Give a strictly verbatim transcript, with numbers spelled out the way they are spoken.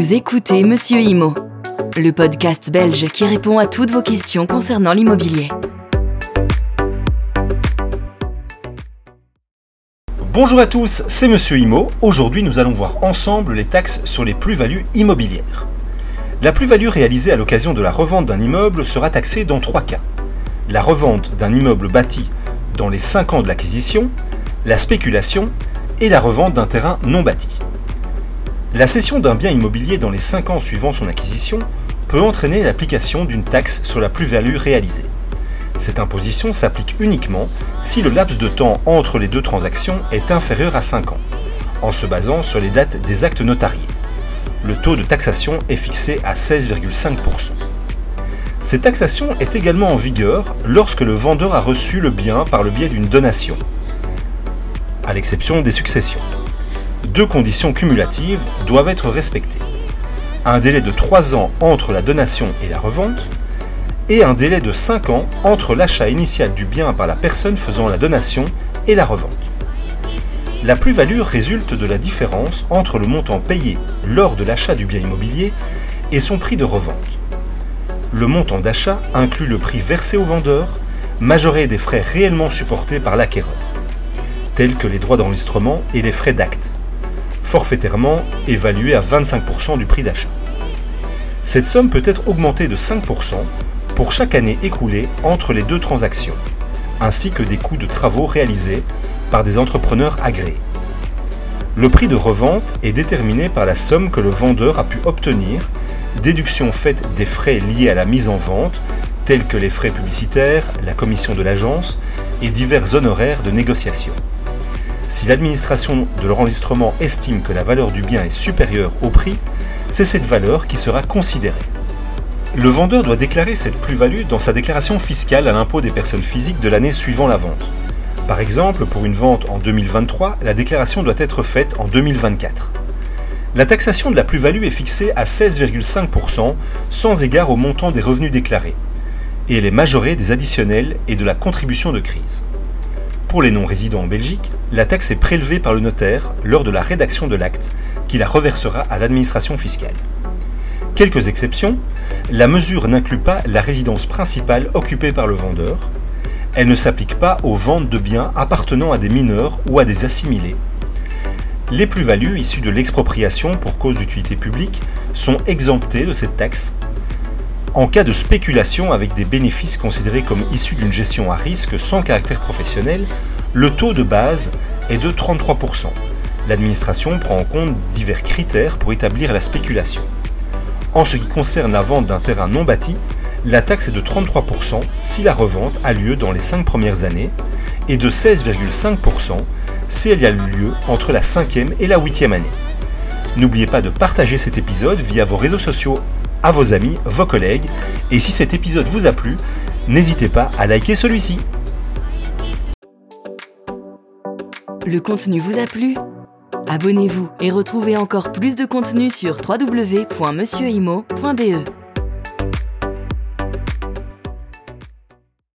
Vous écoutez Monsieur Immo, le podcast belge qui répond à toutes vos questions concernant l'immobilier. Bonjour à tous, c'est Monsieur Immo. Aujourd'hui, nous allons voir ensemble les taxes sur les plus-values immobilières. La plus-value réalisée à l'occasion de la revente d'un immeuble sera taxée dans trois cas. La revente d'un immeuble bâti dans les cinq ans de l'acquisition, la spéculation et la revente d'un terrain non bâti. La cession d'un bien immobilier dans les cinq ans suivant son acquisition peut entraîner l'application d'une taxe sur la plus-value réalisée. Cette imposition s'applique uniquement si le laps de temps entre les deux transactions est inférieur à cinq ans, en se basant sur les dates des actes notariés. Le taux de taxation est fixé à seize virgule cinq pour cent. Cette taxation est également en vigueur lorsque le vendeur a reçu le bien par le biais d'une donation, à l'exception des successions. Deux conditions cumulatives doivent être respectées. Un délai de trois ans entre la donation et la revente, et un délai de cinq ans entre l'achat initial du bien par la personne faisant la donation et la revente. La plus-value résulte de la différence entre le montant payé lors de l'achat du bien immobilier et son prix de revente. Le montant d'achat inclut le prix versé au vendeur, majoré des frais réellement supportés par l'acquéreur, tels que les droits d'enregistrement et les frais d'acte, forfaitairement évalués à vingt-cinq pour cent du prix d'achat. Cette somme peut être augmentée de cinq pour cent pour chaque année écoulée entre les deux transactions, ainsi que des coûts de travaux réalisés par des entrepreneurs agréés. Le prix de revente est déterminé par la somme que le vendeur a pu obtenir, déduction faite des frais liés à la mise en vente, tels que les frais publicitaires, la commission de l'agence et divers honoraires de négociation. Si l'administration de l'enregistrement estime que la valeur du bien est supérieure au prix, c'est cette valeur qui sera considérée. Le vendeur doit déclarer cette plus-value dans sa déclaration fiscale à l'impôt des personnes physiques de l'année suivant la vente. Par exemple, pour une vente en deux mille vingt-trois, la déclaration doit être faite en deux mille vingt-quatre. La taxation de la plus-value est fixée à seize virgule cinq pour cent sans égard au montant des revenus déclarés, et elle est majorée des additionnels et de la contribution de crise. Pour les non-résidents en Belgique, la taxe est prélevée par le notaire lors de la rédaction de l'acte qui la reversera à l'administration fiscale. Quelques exceptions, la mesure n'inclut pas la résidence principale occupée par le vendeur. Elle ne s'applique pas aux ventes de biens appartenant à des mineurs ou à des assimilés. Les plus-values issues de l'expropriation pour cause d'utilité publique sont exemptées de cette taxe. En cas de spéculation avec des bénéfices considérés comme issus d'une gestion à risque sans caractère professionnel, le taux de base est de trente-trois pour cent. L'administration prend en compte divers critères pour établir la spéculation. En ce qui concerne la vente d'un terrain non bâti, la taxe est de trente-trois pour cent si la revente a lieu dans les cinq premières années et de seize virgule cinq pour cent si elle a eu lieu entre la cinquième et la huitième année. N'oubliez pas de partager cet épisode via vos réseaux sociaux à vos amis, vos collègues, et si cet épisode vous a plu, n'hésitez pas à liker celui-ci. Le contenu vous a plu ? Abonnez-vous et retrouvez encore plus de contenu sur w w w point monsieur immo point b e.